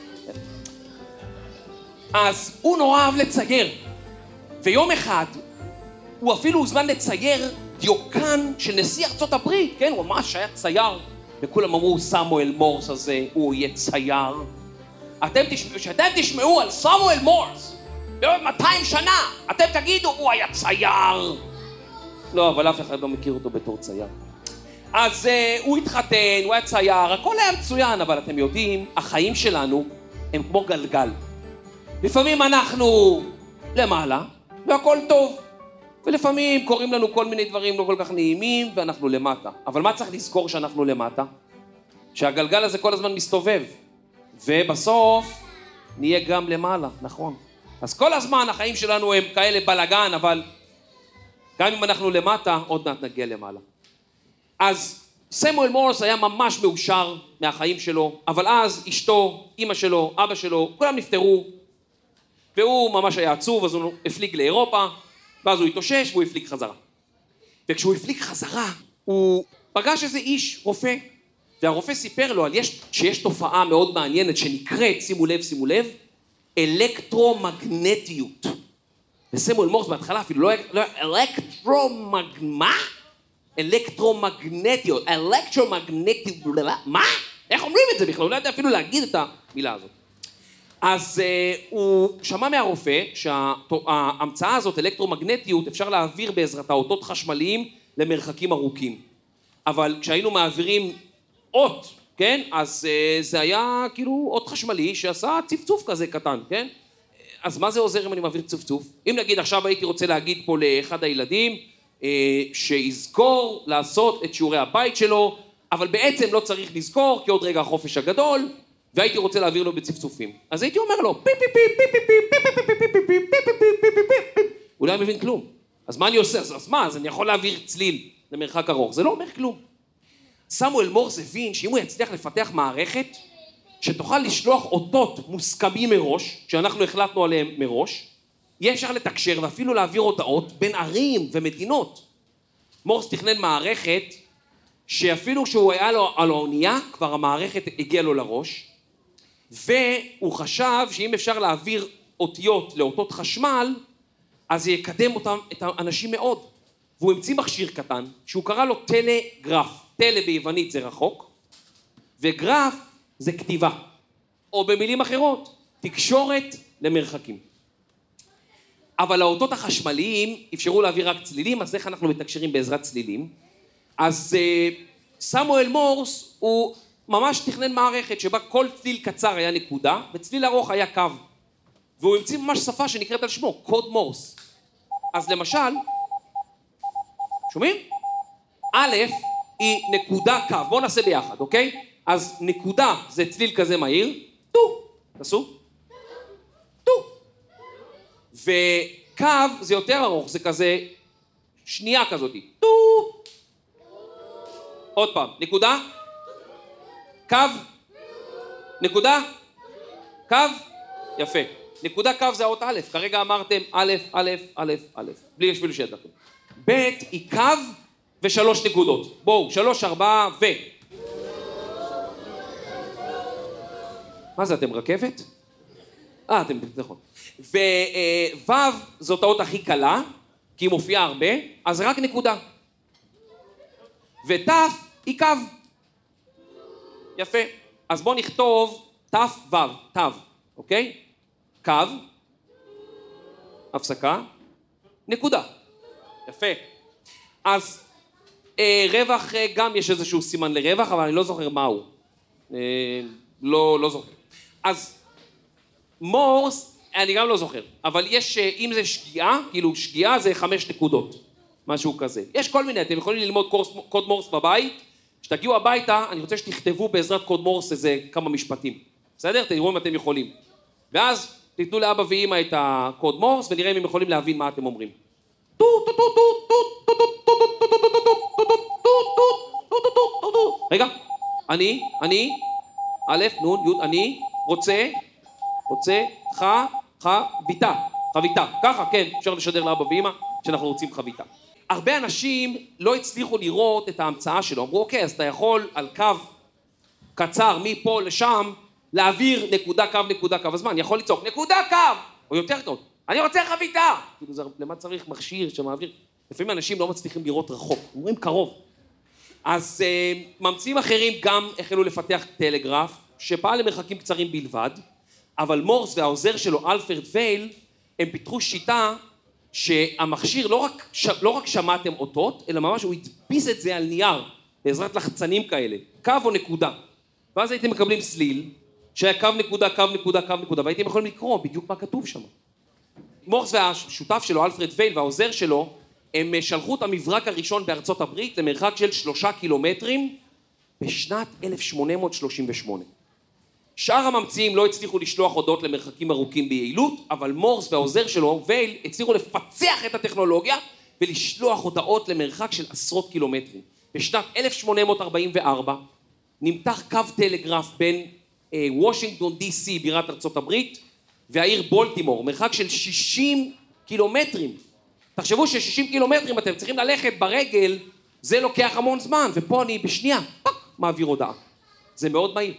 אז הוא נורא אהב לצייר. ויום אחד, הוא אפילו הוזמן לצייר דיוקן של נשיא ארצות הברית, כן? הוא ממש היה צייר. וכולם אמרו, סמואל מורס הזה, הוא יהיה צייר. כשאתם תשמעו על סמואל מורס, בעוד 200 שנה, אתם תגידו, הוא היה צייר. לא, אבל אף אחד לא מכיר אותו בתור צייר. אז הוא התחתן, הוא היה צייר, הכל היה מצוין, אבל אתם יודעים, החיים שלנו הם כמו גלגל. לפעמים אנחנו למעלה, והכל טוב. ולפעמים קוראים לנו כל מיני דברים לא כל כך נעימים, ואנחנו למטה. אבל מה צריך לזכור שאנחנו למטה? שהגלגל הזה כל הזמן מסתובב. ובסוף נהיה גם למעלה, נכון. אז כל הזמן החיים שלנו הם כאלה בלגן, אבל גם אם אנחנו למטה, עוד מעט נגיע למעלה. אז סמואל מורס היה ממש מאושר מהחיים שלו, אבל אז אשתו, אמא שלו, אבא שלו, כולם נפטרו, והוא ממש היה עצוב, אז הוא הפליג לאירופה, ואז הוא התאושש והוא הפליג חזרה. וכשהוא הפליג חזרה, הוא פגש איזה איש, רופא, והרופא סיפר לו שיש תופעה מאוד מעניינת שנקראת, שימו לב, אלקטרומגנטיות. וסמואל מורס בהתחלה אפילו לא אלקטרומגנטיות, מה? איך אומרים את זה בכלל? הוא לא יודע אפילו להגיד את המילה הזאת. אז הוא שמע מהרופא שההמצאה הזאת, אלקטרומגנטיות, אפשר להעביר בעזרתה אותות חשמליים למרחקים ארוכים. אבל כשהיינו מעבירים אות, כן? אז זה היה כאילו אות חשמלי שעשה צפצוף כזה קטן, כן? אז מה זה עוזר אם אני מעביר צפצוף? אם נגיד עכשיו הייתי רוצה להגיד פה לאחד הילדים שיזכור לעשות את שיעורי הבית שלו, אבל בעצם לא צריך לזכור כי עוד רגע החופש הגדול, והייתי רוצה להעביר לו בצפצופים. אז הייתי אומר לו, הוא לא היה מבין כלום. אז מה אני עושה? אז מה? אז אני יכול להעביר צליל למרחק ארוך. זה לא אומר כלום. סמואל מורס הבין שאם הוא יצליח לפתח מערכת שתוכל לשלוח אותות מוסכמים מראש, שאנחנו החלטנו עליהם מראש, יהיה אפשר לתקשר ואפילו להעביר הודעות בין ערים ומדינות. מורס תכנן מערכת שאפילו כשהוא היה לו על האונייה, כבר המערכת הגיעה לו לראש, והוא חשב שאם אפשר להעביר אותיות לאותות חשמל, אז זה יקדם אותם, את האנשים מאוד. והוא המציא מכשיר קטן, שהוא קרא לו טלגרף. טלה ביוונית זה רחוק, וגרף זה כתיבה. או במילים אחרות, תקשורת למרחקים. אבל האותות החשמליים אפשרו להעביר רק צלילים, אז איך אנחנו מתקשרים בעזרת צלילים? אז סמואל מורס הוא ממש תכנן מערכת שבה כל צליל קצר היה נקודה, וצליל ארוך היה קו. והוא המציא ממש שפה שנקראת על שמו, קוד מורס. אז למשל, שומעים? א' היא נקודה קו, בואו נעשה ביחד, אוקיי? אז נקודה זה צליל כזה מהיר, טו, תעשו, טו. וקו זה יותר ארוך, זה כזה שנייה כזאת, טו. עוד פעם, נקודה, קו, נקודה, קו, יפה. נקודה קו זה האות א', כרגע אמרתם א', א', א', א', בלי בשביל שידעתם. ב' היא קו ושלוש נקודות. בואו, 3, 4 ו... מה זה, אתם רכבת? אתם, נכון. ו-ו' זאת האות הכי קלה, כי היא מופיעה הרבה, אז רק נקודה. ות' היא קו. יפה. אז בואו נכתוב ת' ו', ת', אוקיי? קו, הפסקה, נקודה. יפה. אז רווח, גם יש איזשהו סימן לרווח, אבל אני לא זוכר מהו. לא זוכר. אז מורס, אני גם לא זוכר, אבל יש, אם זה שגיאה, כאילו שגיאה זה 5 נקודות, משהו כזה. יש כל מיני, אתם יכולים ללמוד קוד מורס בבית, כשתגיעו הביתה, אני רוצה שתכתבו בעזרת קוד מורס איזה כמה משפטים. בסדר? תראו אם אתם יכולים. ואז תיתנו לאבא ואמא את הקוד מורס, ונראה אם הם יכולים להבין מה אתם אומרים. רגע, אני, א', נ', י', אני רוצה, חביתה, ככה, כן, אפשר לשדר לאבא ואמא שאנחנו רוצים חביתה. הרבה אנשים לא הצליחו לראות את ההמצאה שלו, אמרו, אוקיי, אז אתה יכול על קו קצר מפה לשם, להעביר נקודה קו, אז מה, אני יכול לצעוק, נקודה קו, או יותר טוב, אני רוצה חביתה. כאילו, למה צריך מכשיר שמעביר? לפעמים אנשים לא מצליחים לראות רחוק, אומרים קרוב. אז ממציאים אחרים גם החלו לפתח טלגרף, שפעל למרחקים קצרים בלבד, אבל מורס והעוזר שלו, אלפרד וייל, הם פיתחו שיטה שהמכשיר לא רק שמעתם אותות, אלא ממש הוא הדפיס את זה על נייר, בעזרת לחצנים כאלה, קו או נקודה. ואז הייתם מקבלים סליל, שהיה קו נקודה, והייתם יכולים לקרוא בדיוק מה כתוב שם. מורס והשותף שלו, אלפרד וייל, והעוזר שלו, הם שלחו את המברק הראשון בארצות הברית למרחק של 3 קילומטרים בשנת 1838. שאר הממציאים לא הצליחו לשלוח הודעות למרחקים ארוכים ביעילות, אבל מורס והעוזר שלו, וייל, הצליחו לפצח את הטכנולוגיה ולשלוח הודעות למרחק של עשרות קילומטרים. בשנת 1844 נמתח קו טלגרף בין וושינגטון די.סי, בירת ארצות הברית, והעיר בולטימור, מרחק של 60 קילומטרים. תחשבו ש60 קילומטרים אתם צריכים ללכת ברגל, זה לוקח המון זמן, ופה אני בשנייה, פק, מעביר הודעה. זה מאוד מהיר.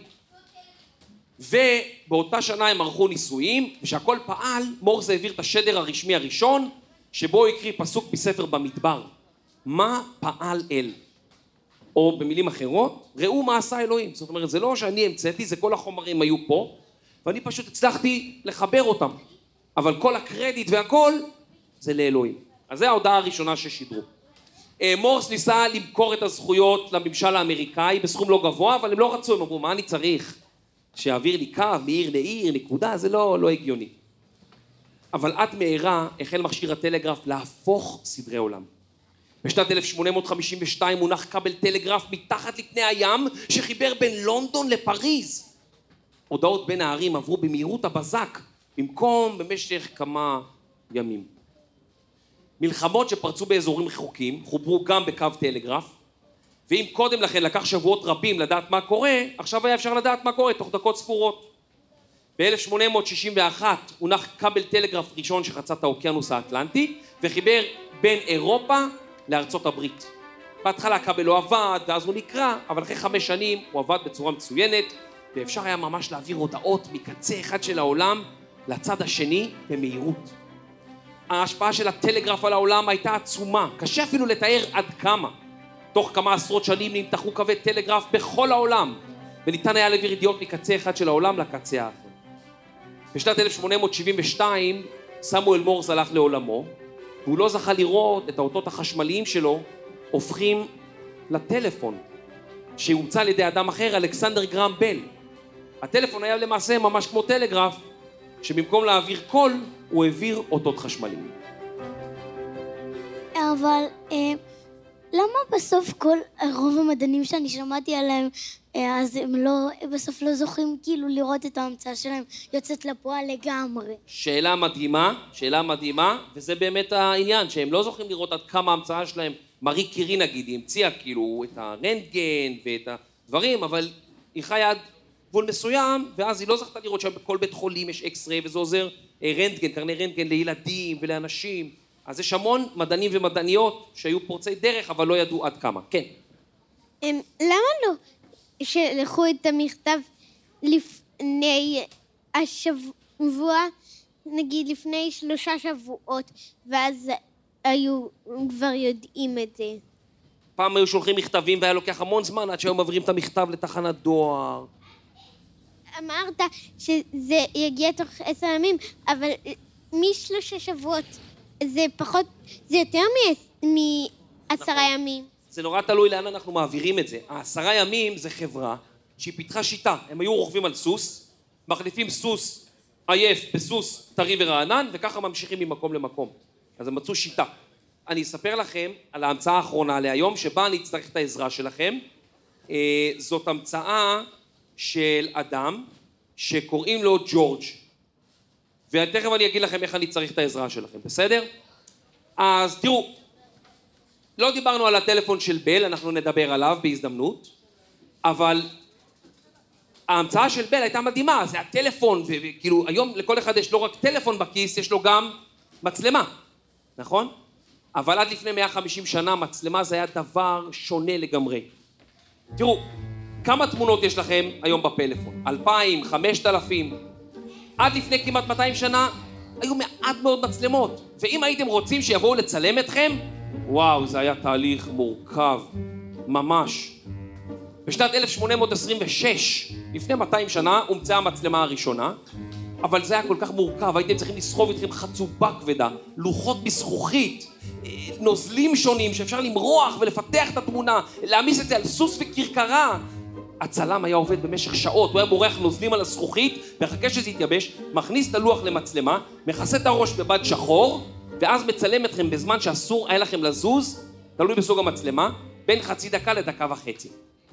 ובאותה שנה הם ערכו ניסויים, ושהכל פעל, מורס העביר את השדר הרשמי הראשון, שבו הוא הקריא פסוק מספר במדבר. מה פעל אל? או במילים אחרות, ראו מה עשה אלוהים. זאת אומרת, זה לא שאני המצאתי, זה כל החומרים היו פה, ואני פשוט הצלחתי לחבר אותם. אבל כל הקרדיט והכל, זה לאלוהים. אז זו ההודעה הראשונה ששידרו. מורס ניסה למכור את הזכויות לממשל האמריקאי בסכום לא גבוה, אבל הם לא רצו, הם אמרו, מה אני צריך? שיעביר לי קו מעיר לעיר, נקודה, זה לא הגיוני. אבל עד מהרה החל מכשיר הטלגרף להפוך סדרי עולם. בשנת 1852 מונח כבל טלגרף מתחת לפני הים שחיבר בין לונדון לפריז. הודעות בין הערים עברו במהירות הבזק, במקום במשך כמה ימים. מלחמות שפרצו באזורים רחוקים חוברו גם בקו טלגרף, ואם קודם לכן לקח שבועות רבים לדעת מה קורה, עכשיו היה אפשר לדעת מה קורה תוך דקות ספורות. ב-1861 הונח כבל טלגרף ראשון שחצה את האוקיינוס האטלנטי, וחיבר בין אירופה לארצות הברית. בהתחלה הכבל לא עבד, ואז הוא נקרא, אבל אחרי 5 שנים הוא עבד בצורה מצוינת, ואפשר היה ממש להעביר הודעות מקצה אחד של העולם לצד השני במהירות. ההשפעה של הטלגרף על העולם הייתה עצומה, קשה אפילו לתאר עד כמה. תוך כמה עשרות שנים נמתחו קווי טלגרף בכל העולם, וניתן היה להעביר ידיעות מקצה אחד של העולם לקצה האחר. בשנת 1872 סמואל מורס הלך לעולמו, והוא לא זכה לראות את האותות החשמליים שלו הופכים לטלפון, שהומצא על ידי אדם אחר, אלכסנדר גרם בל. הטלפון היה למעשה ממש כמו טלגרף, שבמקום להעביר קול, הוא העביר אותות חשמליים. אבל למה בסוף רוב המדענים שאני שמעתי עליהם, אז הם בסוף לא זוכים כאילו לראות את ההמצאה שלהם יוצאת לפועל לגמרי? שאלה מדהימה, וזה באמת העניין, שהם לא זוכים לראות עד כמה ההמצאה שלהם. מארי קירי נגיד, היא המציאה כאילו את הרנטגן ואת הדברים, אבל היא חיה עד גבול מסוים, ואז היא לא זכתה לראות שבכל בית חולים יש אקס-ריי, וזה עוזר רנטגן, קרני רנטגן לילדים ולאנשים. אז יש המון מדענים ומדעניות שהיו פורצי דרך, אבל לא ידעו עד כמה. כן. למה לא שלחו את המכתב לפני השבוע, נגיד לפני 3 שבועות, ואז היו כבר יודעים את זה? פעם היו שולחים מכתבים והיה לוקח המון זמן עד שהיו מעבירים את המכתב לתחנת דואר. אמרת שזה יגיע תוך 10 ימים, אבל מ3 שבועות זה פחות, זה יותר מ10 ימים. זה נורא תלוי לאן אנחנו מעבירים את זה. 10 ימים זה חברה שהיא פיתחה שיטה. הם היו רוכבים על סוס, מחליפים סוס עייף בסוס טרי ורענן, וככה ממשיכים ממקום למקום. אז הם מצאו שיטה. אני אספר לכם על ההמצאה האחרונה להיום, שבה אני אצטרך את העזרה שלכם. זאת המצאה של אדם שקוראים לו ג'ורג'. ותכף אני אגיד לכם איך אני צריך את העזרה שלכם, בסדר? אז תראו, לא דיברנו על הטלפון של בל, אנחנו נדבר עליו בהזדמנות, אבל ההמצאה של בל הייתה מדהימה, זה הטלפון, וכאילו היום לכל אחד יש לא רק טלפון בכיס, יש לו גם מצלמה, נכון? אבל עד לפני 150 שנה מצלמה זה היה דבר שונה לגמרי. תראו, כמה תמונות יש לכם היום בפלאפון? 2,000, 5,000? עד לפני כמעט 200 שנה היו מעט מאוד מצלמות, ואם הייתם רוצים שיבואו לצלם אתכם, וואו, זה היה תהליך מורכב, ממש. בשנת 1826, לפני 200 שנה, הומצאה המצלמה הראשונה, אבל זה היה כל כך מורכב, הייתם צריכים לסחוב איתכם חצובה כבדה, לוחות מזכוכית, נוזלים שונים שאפשר למרוח ולפתח את התמונה, להעמיס את זה על סוס וכרכרה. הצלם היה עובד במשך שעות, הוא היה מורח נוזלים על הזכוכית, מחכה שזה יתייבש, מכניס את הלוח למצלמה, מכסה את הראש בבד שחור, ואז מצלם אתכם בזמן שאסור היה לכם לזוז, תלוי בסוג המצלמה, בין חצי דקה לדקה וחצי.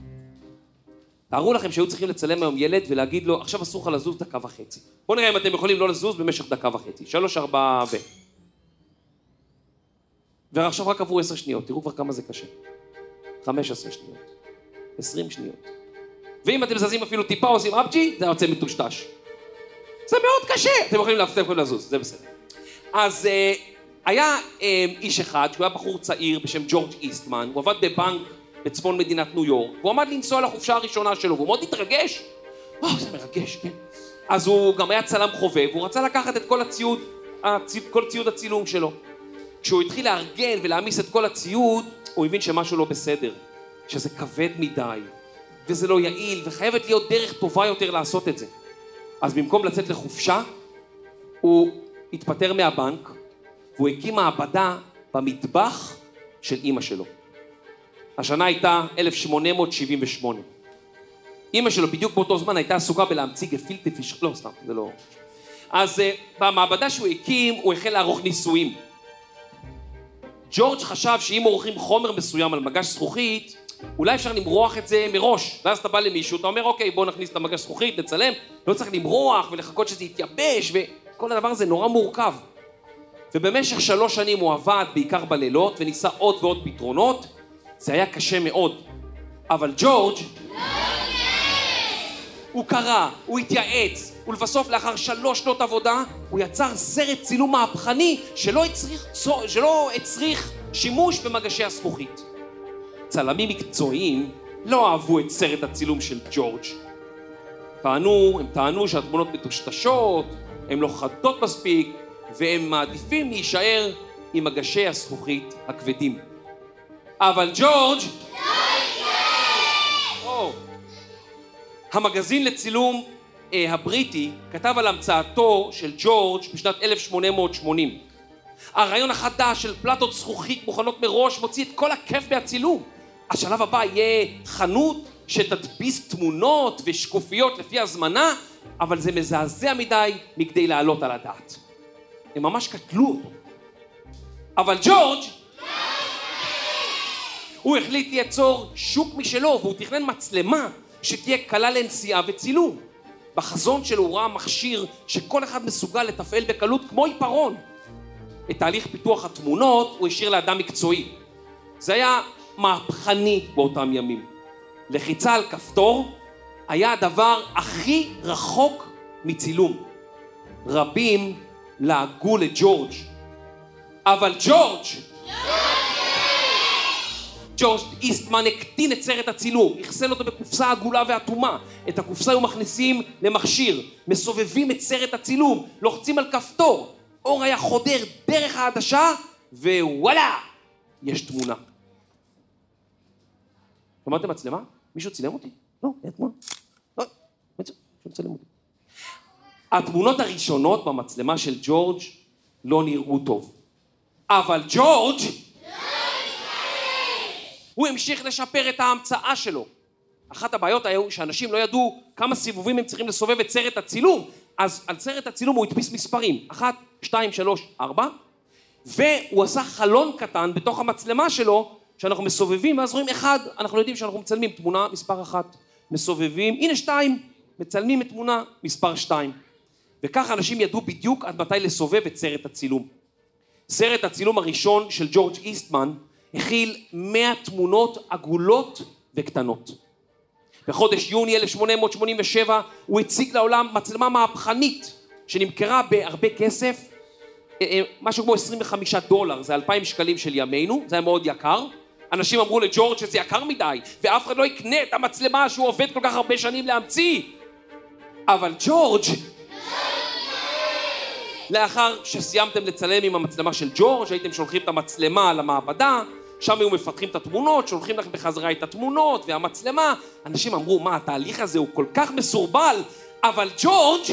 תארו לכם שהיו צריכים לצלם היום ילד ולהגיד לו, עכשיו אסור לך לזוז דקה וחצי. בואו נראה אם אתם יכולים לא לזוז במשך דקה וחצי. 3, 4 ו... ועכשיו רק עברו 10 שניות, תראו כבר כמה זה קשה. 15 שניות, 20 שניות. ואם אתם זזים אפילו טיפה עושים אפג'י, זה יוצא מטושטש. זה מאוד קשה. אתם יכולים לזוז, זה בסדר. אז היה איש אחד, שהוא היה בחור צעיר בשם ג'ורג' איסטמן, הוא עבד בבנק בצפון מדינת ניו יורק, והוא עמד לנסוע לחופשה הראשונה שלו, והוא מאוד התרגש. זה מרגש, כן. אז הוא גם היה צלם חובב, והוא רצה לקחת את כל ציוד הצילום שלו. כשהוא התחיל לארגן ולהעמיס את כל הציוד, הוא הבין שמשהו לא בסדר, שזה כבד מדי, וזה לא יעיל, וחייבת להיות דרך טובה יותר לעשות את זה. אז במקום לצאת לחופשה, הוא התפטר מהבנק, והוא הקים מעבדה במטבח של אמא שלו. השנה הייתה 1878. אמא שלו בדיוק באותו זמן הייתה עסוקה בלהמציא גפילטע פיש... לא, סתם, זה לא... אז במעבדה שהוא הקים, הוא החל לערוך ניסויים. ג'ורג' חשב שאם עורכים חומר מסוים על מגש זכוכית, אולי אפשר למרוח את זה מראש. ואז אתה בא למישהו, אתה אומר, אוקיי, בוא נכניס את המגש זכוכית, נצלם. לא צריך למרוח ולחכות שזה יתייבש, וכל הדבר הזה נורא מורכב. ובמשך 3 שנים הוא עבד בעיקר בלילות, וניסה עוד ועוד פתרונות. זה היה קשה מאוד. אבל ג'ורג' הוא קרא, הוא התייעץ, ולבסוף לאחר 3 שנות עבודה, הוא יצר סרט צילום מהפכני שלא הצריך שימוש במגשי הזכוכית. צלמים מקצועיים לא אהבו את סרט הצילום של ג'ורג'. הם טענו שהתמונות מטושטשות, הן לא חדות מספיק, והם מעדיפים להישאר עם מגשי הזכוכית הכבדים. אבל ג'ורג' המגזין לצילום הבריטי כתב על המצאתו של ג'ורג' בשנת 1880. הרעיון החדש של פלטות זכוכית מוכנות מראש מוציא את כל הכיף מהצילום. השלב הבא יהיה חנות שתדפיס תמונות ושקופיות לפי הזמנה, אבל זה מזעזע מדי מכדי לעלות על הדעת. הם ממש קטלו אותו. אבל ג'ורג' הוא החליט ליצור שוק משלו, והוא תכנן מצלמה שתהיה קלה לנסיעה וצילום. בחזון שלו הוא ראה מכשיר שכל אחד מסוגל לתפעל בקלות כמו עיפרון. את תהליך פיתוח התמונות הוא השאיר לאדם מקצועי. זה היה מהפכני באותם ימים. לחיצה על כפתור היה הדבר הכי רחוק מצילום. רבים לעגו לג'ורג'. אבל ג'ורג' איסטמן הקטין את סרט הצילום, הכסל אותו בקופסה עגולה ואטומה. את הקופסה היו מכניסים למכשיר, מסובבים את סרט הצילום, לוחצים על כפתור, אור היה חודר דרך העדשה, ווואלה, יש תמונה. שמעתם מצלמה? מישהו צילם אותי? לא, אין תמונה. לא, מישהו צילם אותי. התמונות הראשונות במצלמה של ג'ורג' לא נראו טוב. אבל ג'ורג' הוא המשיך לשפר את ההמצאה שלו. אחת הבעיות היו שאנשים לא ידעו כמה סיבובים הם צריכים לסובב את סרט הצילום, אז על סרט הצילום הוא הדפיס מספרים, 1, 2, 3, 4, והוא עשה חלון קטן בתוך המצלמה שלו, שאנחנו מסובבים, ואז רואים 1, אנחנו יודעים שאנחנו מצלמים תמונה מספר 1, מסובבים, הנה 2, מצלמים את תמונה מספר 2. וככה אנשים ידעו בדיוק עד מתי לסובב את סרט הצילום. סרט הצילום הראשון של ג'ורג' איסטמן הכיל 100 תמונות עגולות וקטנות. בחודש יוני 1887 הוא הציג לעולם מצלמה מהפכנית שנמכרה בהרבה כסף, משהו כמו $25, זה 2,000 שקלים של ימינו, זה היה מאוד יקר. אנשים אמרו לג'ורג' שזה יקר מדי, ואף אחד לא יקנה את המצלמה שהוא עובד כל כך הרבה שנים להמציא. אבל ג'ורג' לאחר שסיימתם לצלם עם המצלמה של ג'ורג', הייתם שולחים את המצלמה למעבדה, שם היו מפתחים את התמונות, שולחים לכם בחזרה את התמונות והמצלמה. אנשים אמרו, מה, התהליך הזה הוא כל כך מסורבל, אבל ג'ורג'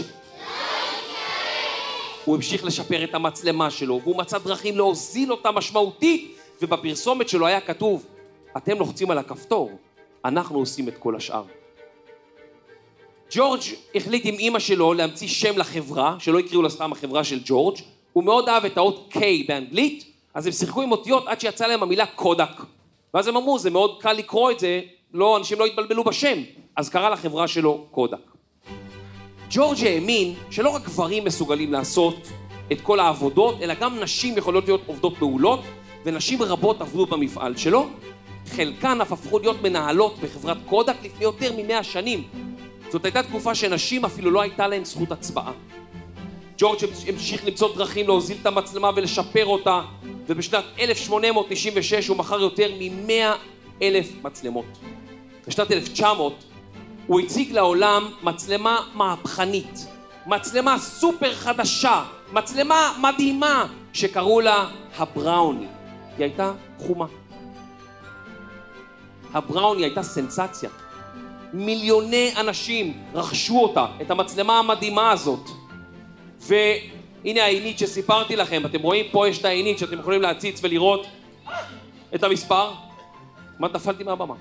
הוא המשיך לשפר את המצלמה שלו, והוא מצא דרכים להוזיל אותה משמעותית, ובפרסומת שלו היה כתוב, אתם לוחצים על הכפתור, אנחנו עושים את כל השאר. ג'ורג' החליט עם אמא שלו להמציא שם לחברה, שלא יקראו לה סתם החברה של ג'ורג'. הוא מאוד אהב את האות K באנגלית, אז הם שיחקו עם אותיות עד שיצא להם המילה קודק. ואז הם אמרו, זה מאוד קל לקרוא את זה, אנשים לא התבלבלו בשם, אז קרא לחברה שלו קודק. ג'ורג' האמין שלא רק גברים מסוגלים לעשות את כל העבודות, אלא גם נשים יכולות להיות עובדות מעולות, ונשים רבות עבדו במפעל שלו. חלקן אף הפכו להיות מנהלות בחברת קודק לפני יותר מ100 שנים. זאת הייתה תקופה שנשים אפילו לא הייתה להן זכות הצבעה. ג'ורג' המשיך למצוא דרכים להוזיל את המצלמה ולשפר אותה, ובשנת 1896 הוא מכר יותר 1,000 מצלמות. בשנת 1900 הוא הציג לעולם מצלמה מהפכנית, מצלמה סופר חדשה, מצלמה מדהימה, שקראו לה הבראוני. היא הייתה חומה. הבראוני הייתה סנסציה. מיליוני אנשים רכשו אותה, את המצלמה המדהימה הזאת. והנה העינית שסיפרתי לכם, אתם רואים פה יש את העינית שאתם יכולים להציץ ולראות את המספר. מה נפלתי מהבמה?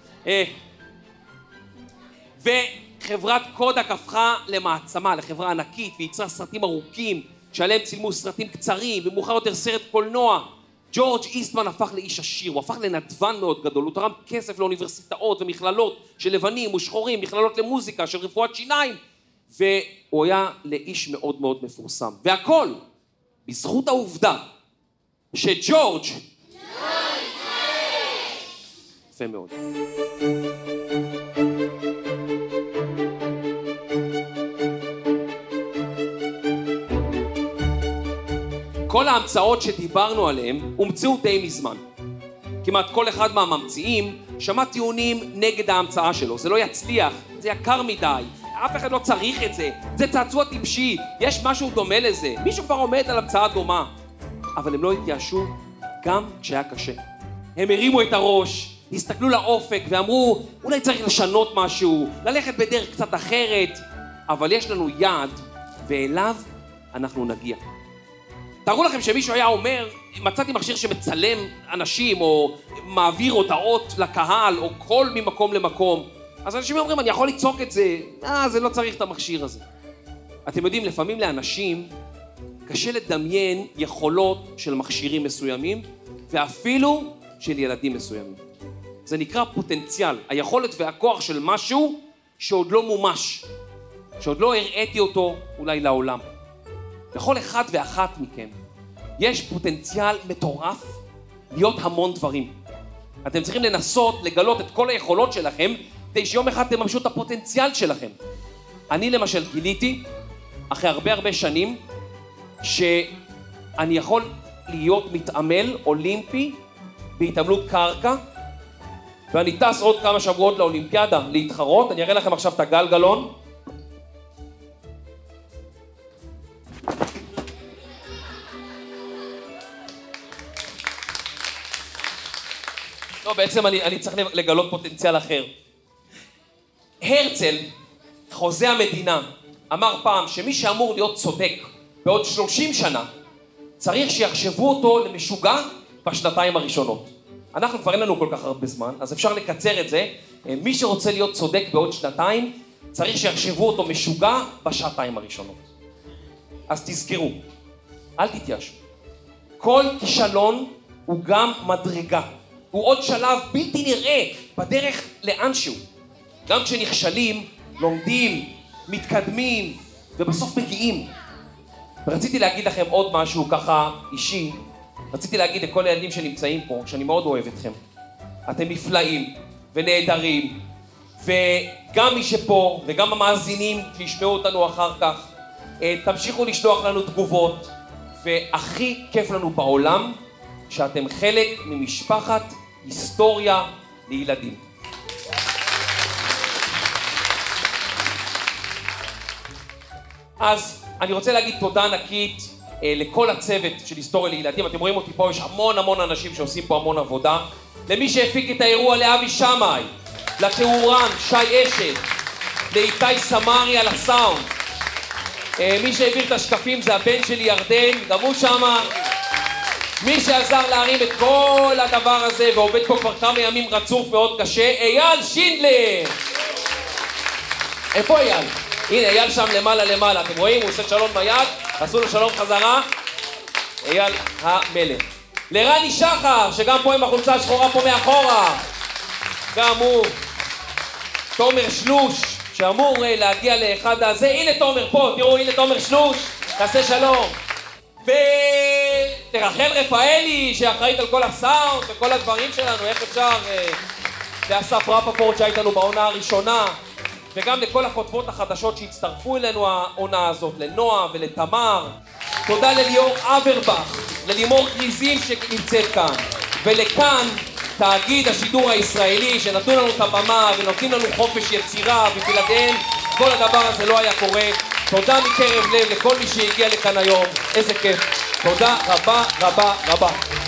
וחברת קודק הפכה למעצמה, לחברה ענקית, ויצרה סרטים ארוכים, שעליהם צילמו סרטים קצרים, ומאוחר יותר סרט קולנוע. ג'ורג' איסטמן הפך לאיש עשיר, הוא הפך לנדבן מאוד גדול, הוא תרם כסף לאוניברסיטאות ומכללות של לבנים ושחורים, מכללות למוזיקה, של רפואת שיניים, והוא היה לאיש מאוד מאוד מפורסם. והכל בזכות העובדה שג'ורג' יפה מאוד. כל ההמצאות שדיברנו עליהן הומצאו די מזמן. כמעט כל אחד מהממציאים שמע טיעונים נגד ההמצאה שלו. זה לא יצליח, זה יקר מדי, אף אחד לא צריך את זה, זה צעצוע טיפשי, יש משהו דומה לזה, מישהו כבר עומד על המצאה דומה. אבל הם לא התייאשו גם כשהיה קשה. הם הרימו את הראש, הסתכלו לאופק ואמרו, אולי צריך לשנות משהו, ללכת בדרך קצת אחרת, אבל יש לנו יעד ואליו אנחנו נגיע. תארו לכם שמישהו היה אומר, מצאתי מכשיר שמצלם אנשים או מעביר הודעות לקהל או קול ממקום למקום. אז אנשים אומרים, אני יכול לצעוק את זה, זה לא צריך את המכשיר הזה. אתם יודעים, לפעמים לאנשים קשה לדמיין יכולות של מכשירים מסוימים ואפילו של ילדים מסוימים. זה נקרא פוטנציאל, היכולת והכוח של משהו שעוד לא מומש, שעוד לא הראיתי אותו אולי לעולם. לכל אחד ואחת מכם יש פוטנציאל מטורף להיות המון דברים. אתם צריכים לנסות לגלות את כל היכולות שלכם כדי שיום אחד תממשו את הפוטנציאל שלכם. אני למשל גיליתי אחרי הרבה שנים שאני יכול להיות מתעמל אולימפי בהתעמלות קרקע, ואני טס עוד כמה שבועות לאולימפיאדה להתחרות. אני אראה לכם עכשיו את הגלגלון. לא, בעצם אני צריך לגלות פוטנציאל אחר. הרצל, חוזה המדינה, אמר פעם שמי שאמור להיות צודק בעוד 30 שנה, צריך שיחשבו אותו למשוגע בשנתיים הראשונות. אנחנו כבר אין לנו כל כך הרבה זמן, אז אפשר לקצר את זה. מי שרוצה להיות צודק בעוד שנתיים, צריך שיחשבו אותו משוגע בשעתיים הראשונות. אז תזכרו, אל תתייאשו. כל כישלון הוא גם מדרגה. הוא עוד שלב בלתי נראה בדרך לאנשהו. גם כשנכשלים, לומדים, מתקדמים, ובסוף מגיעים. ורציתי להגיד לכם עוד משהו ככה אישי. רציתי להגיד לכל הילדים שנמצאים פה, שאני מאוד אוהב אתכם. אתם נפלאים ונהדרים, וגם מי שפה וגם המאזינים שישמעו אותנו אחר כך, תמשיכו לשלוח לנו תגובות, והכי כיף לנו בעולם שאתם חלק ממשפחת היסטוריה לילדים. אז אני רוצה להגיד תודה ענקית לכל הצוות של היסטוריה לילדים. אתם רואים אותי פה, יש המון אנשים שעושים פה המון עבודה. למי שהפיק את האירוע, לאבי שמאי, לתאורן, שי אשת, לאיתי סמרי על הסאונד. מי שהעביר את השקפים זה הבן שלי ירדן, גם הוא שמה. מי שעזר להרים את כל הדבר הזה ועובד פה כבר כמה ימים רצוף מאוד קשה, אייל שינדלר. איפה אייל? הנה, אייל שם למעלה, אתם רואים? הוא עושה שלום ביד, עשו לו שלום חזרה. אייל המלך. לרני שחר, שגם פה עם החולצה השחורה פה מאחורה. גם הוא. תומר שלוש, שאמור להגיע לאחד הזה. הנה תומר פה, תראו, הנה תומר שלוש. תעשה שלום. ורחל רפאלי, שאחראית על כל הסאונד וכל הדברים שלנו, איך אפשר? לאסף רפפורט שהייתנו בעונה הראשונה. וגם לכל הכותבות החדשות שהצטרפו אלינו העונה הזאת, לנועה ולתמר. תודה לליאור אברבך, ללימור קריזים שנמצאת כאן, ולכאן, תאגיד השידור הישראלי, שנתנו לנו את הבמה ונותנים לנו חופש יצירה, ובלעדיהם כל הדבר הזה לא היה קורה. תודה מקרב לב לכל מי שהגיע לכאן היום, איזה כיף. תודה רבה רבה רבה.